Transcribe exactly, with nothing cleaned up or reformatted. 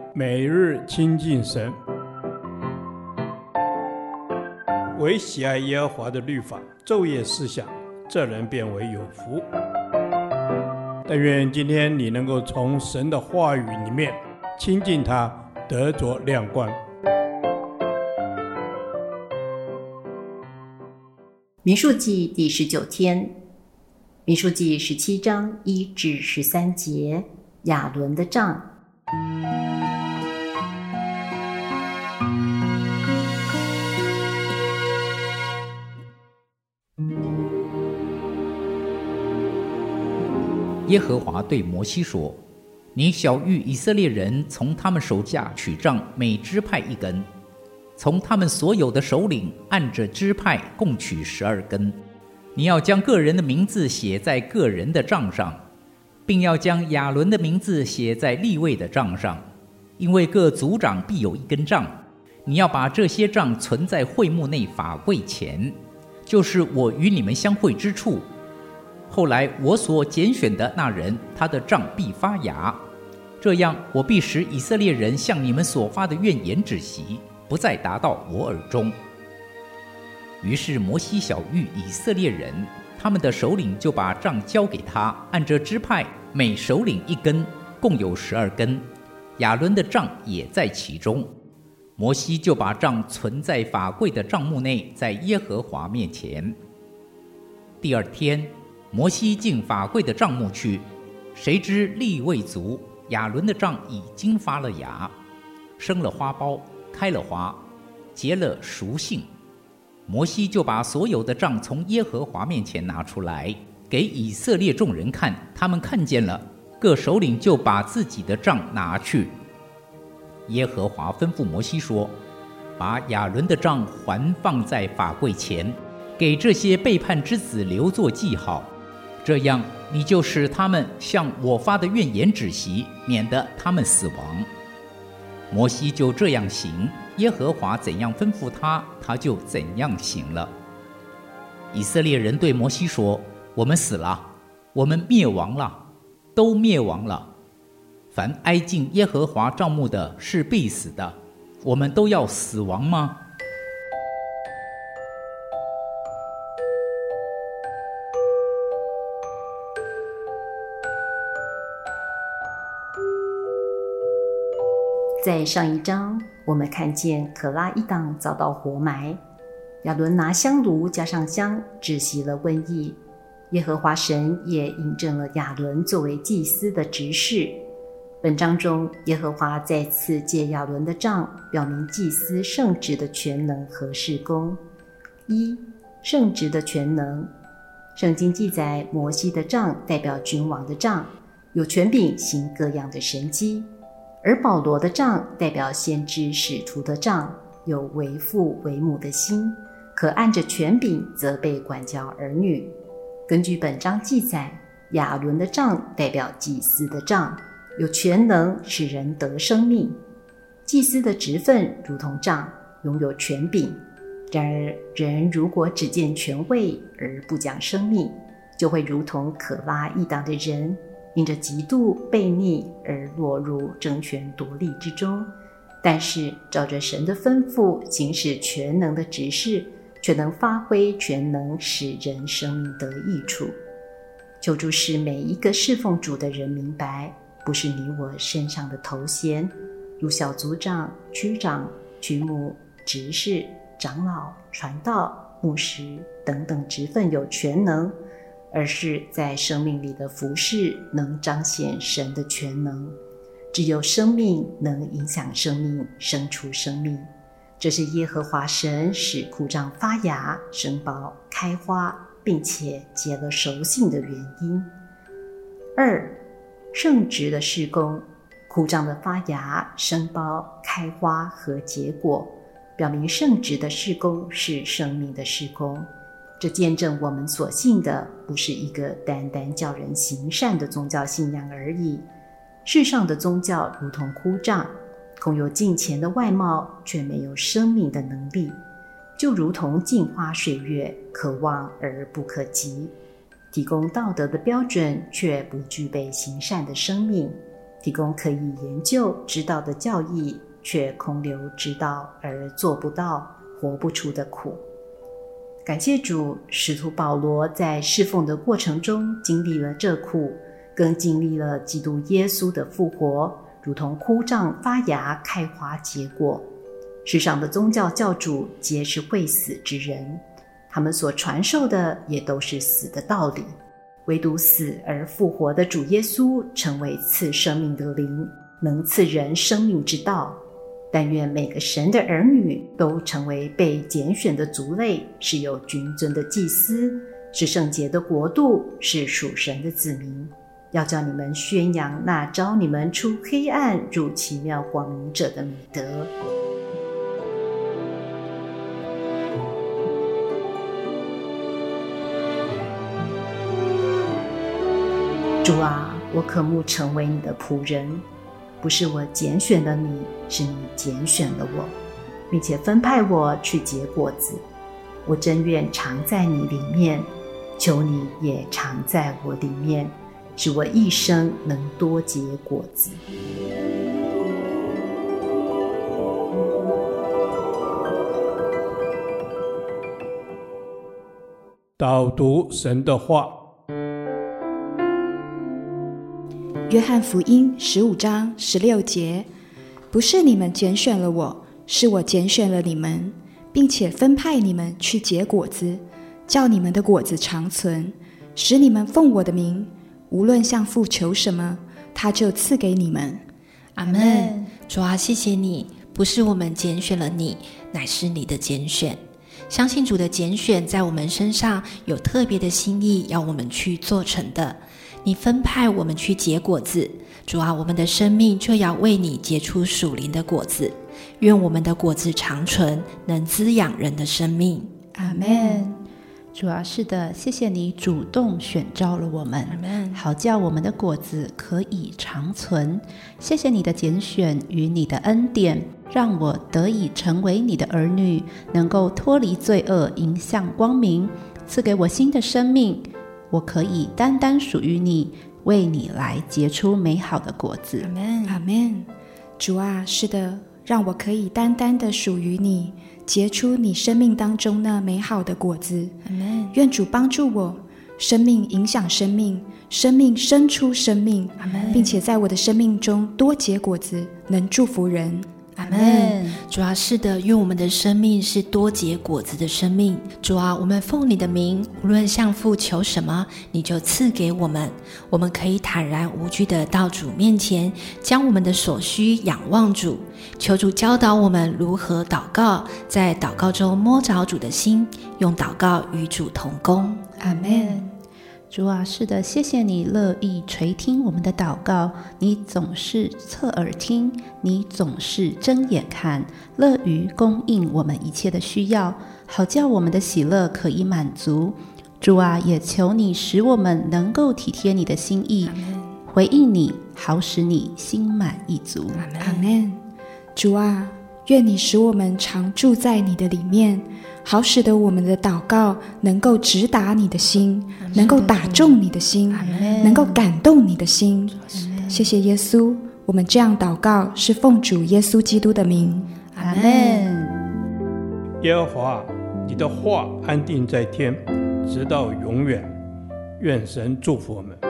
每日亲近神，唯喜爱耶和华的律法，昼夜思想，这人变为有福。但愿今天你能够从神的话语里面亲近他，得着亮光。 民数记第十九天，民数记十七章一至十三节，亚伦的杖。 耶和华对摩西说：你晓谕以色列人从他们手下取杖，每支派一根，从他们所有的首领按着支派共取十二根。你要将个人的名字写在个人的杖上，并要将亚伦的名字写在利未的杖上，因为各族长必有一根杖。你要把这些杖存在会幕内法柜前，就是我与你们相会之处。后来我所拣选的那人，他的杖必发芽，这样我必使以色列人向你们所发的怨言止息，不再达到我耳中。于是摩西晓谕以色列人，他们的首领就把杖交给他，按着支派每首领一根，共有十二根，亚伦的杖也在其中。摩西就把杖存在法柜的帐幕内，在耶和华面前。第二天，摩西进法柜的帐幕去，谁知利未族亚伦的杖已经发了芽，生了花苞，开了花，结了熟杏。摩西就把所有的杖从耶和华面前拿出来，给以色列众人看，他们看见了，各首领就把自己的杖拿去。耶和华吩咐摩西说：把亚伦的杖还放在法柜前，给这些背叛之子留作记号，这样你就使他们向我发的怨言止息，免得他们死亡。摩西就这样行，耶和华怎样吩咐他，他就怎样行了。以色列人对摩西说：我们死了，我们灭亡了，都灭亡了。凡挨近耶和华帐幕的是必死的，我们都要死亡吗？ 在上一章，我们看见可拉一党遭到活埋，亚伦拿香炉加上香，止息了瘟疫。耶和华神也印证了亚伦作为祭司的职事。本章中，耶和华再次借亚伦的杖，表明祭司圣职的全能和事工。一、圣职的全能。圣经记载，摩西的杖代表君王的杖，有权柄行各样的神迹。而保罗的杖代表先知使徒的杖，有为父为母的心，可按着权柄责备管教儿女。根据本章记载，亚伦的杖代表祭司的杖，有全能使人得生命。祭司的职分如同杖，拥有权柄。然而人如果只见权位而不讲生命，就会如同可拉一党的人，因着嫉妒悖逆而落入争权夺利之中。但是照着神的吩咐行使全能的职事，却能发挥全能，使人生命得益处。求主使每一个侍奉主的人明白，不是你我身上的头衔，如小组长、区长、区牧、执事、长老、传道、牧师等等职分有全能，而是在生命里的服事能彰显神的全能。只有生命能影响生命，生出生命。这是耶和华神使枯杖发芽、生苞、开花，并且结了熟杏的原因。二、圣职的事工。枯杖的发芽、生苞、开花和结果，表明圣职的事工是生命的事工。这见证我们所信的不是一个单单叫人行善的宗教信仰而已。世上的宗教如同枯杖，空有敬虔的外貌，却没有生命的能力，就如同镜花水月，可望而不可及，提供道德的标准，却不具备行善的生命。 提供可以研究知道的教义，却空留知道而做不到、活不出的苦。感谢主，使徒保罗在侍奉的过程中经历了这苦，更经历了基督耶稣的复活，如同枯杖发芽、开花结果。世上的宗教教主皆是会死之人，他们所传授的也都是死的道理，唯独死而复活的主耶稣成为赐生命的灵，能赐人生命之道。但愿每个神的儿女都成为被拣选的族类，是有君尊的祭司，是圣洁的国度，是属神的子民，要叫你们宣扬那召你们出黑暗入奇妙光明者的美德。主啊，我渴慕成为你的仆人，不是我拣选了你，是你拣选了我，并且分派我去结果子。我真愿常在你里面，求你也常在我里面，使我一生能多结果子。 导读神的话。 约翰福音十五章十六节，不是你们拣选了我，是我拣选了你们，并且分派你们去结果子，叫你们的果子长存，使你们奉我的名，无论向父求什么，他就赐给你们。 阿们。主啊，谢谢你，不是我们拣选了你，乃是你的拣选。相信主的拣选在我们身上有特别的心意，要我们去做成的。你分派我们去结果子，主啊，我们的生命就要为你结出属灵的果子。愿我们的果子长存，能滋养人的生命。 阿们。主啊，是的，谢谢你主动选召了我们，好叫我们的果子可以长存。谢谢你的拣选与你的恩典，让我得以成为你的儿女，能够脱离罪恶，迎向光明，赐给我新的生命。我可以单单属于你，为你来结出美好的果子。 阿们，阿们。主啊，是的，让我可以单单的属于你，结出你生命当中那美好的果子。 阿们。 愿主帮助我，生命影响生命，生命生出生命，并且在我的生命中多结果子，能祝福人。 阿们。主啊，是的，愿我们的生命是多结果子的生命。主啊，我们奉你的名，无论向父求什么，你就赐给我们。我们可以坦然无惧的到主面前，将我们的所需仰望主，求主教导我们如何祷告，在祷告中摸着主的心，用祷告与主同工。 阿们。 主啊，是的，谢谢你乐意垂听我们的祷告，你总是侧耳听，你总是睁眼看，乐于供应我们一切的需要，好叫我们的喜乐可以满足。主啊，也求你使我们能够体贴你的心意，回应你，好使你心满意足。 阿们。主啊，愿你使我们常住在你的里面，好使得我们的祷告能够直达你的心，能够打中你的心，能够感动你的心。谢谢耶稣，我们这样祷告是奉主耶稣基督的名。 阿们。 耶和华，你的话安定在天，直到永远。愿神祝福我们。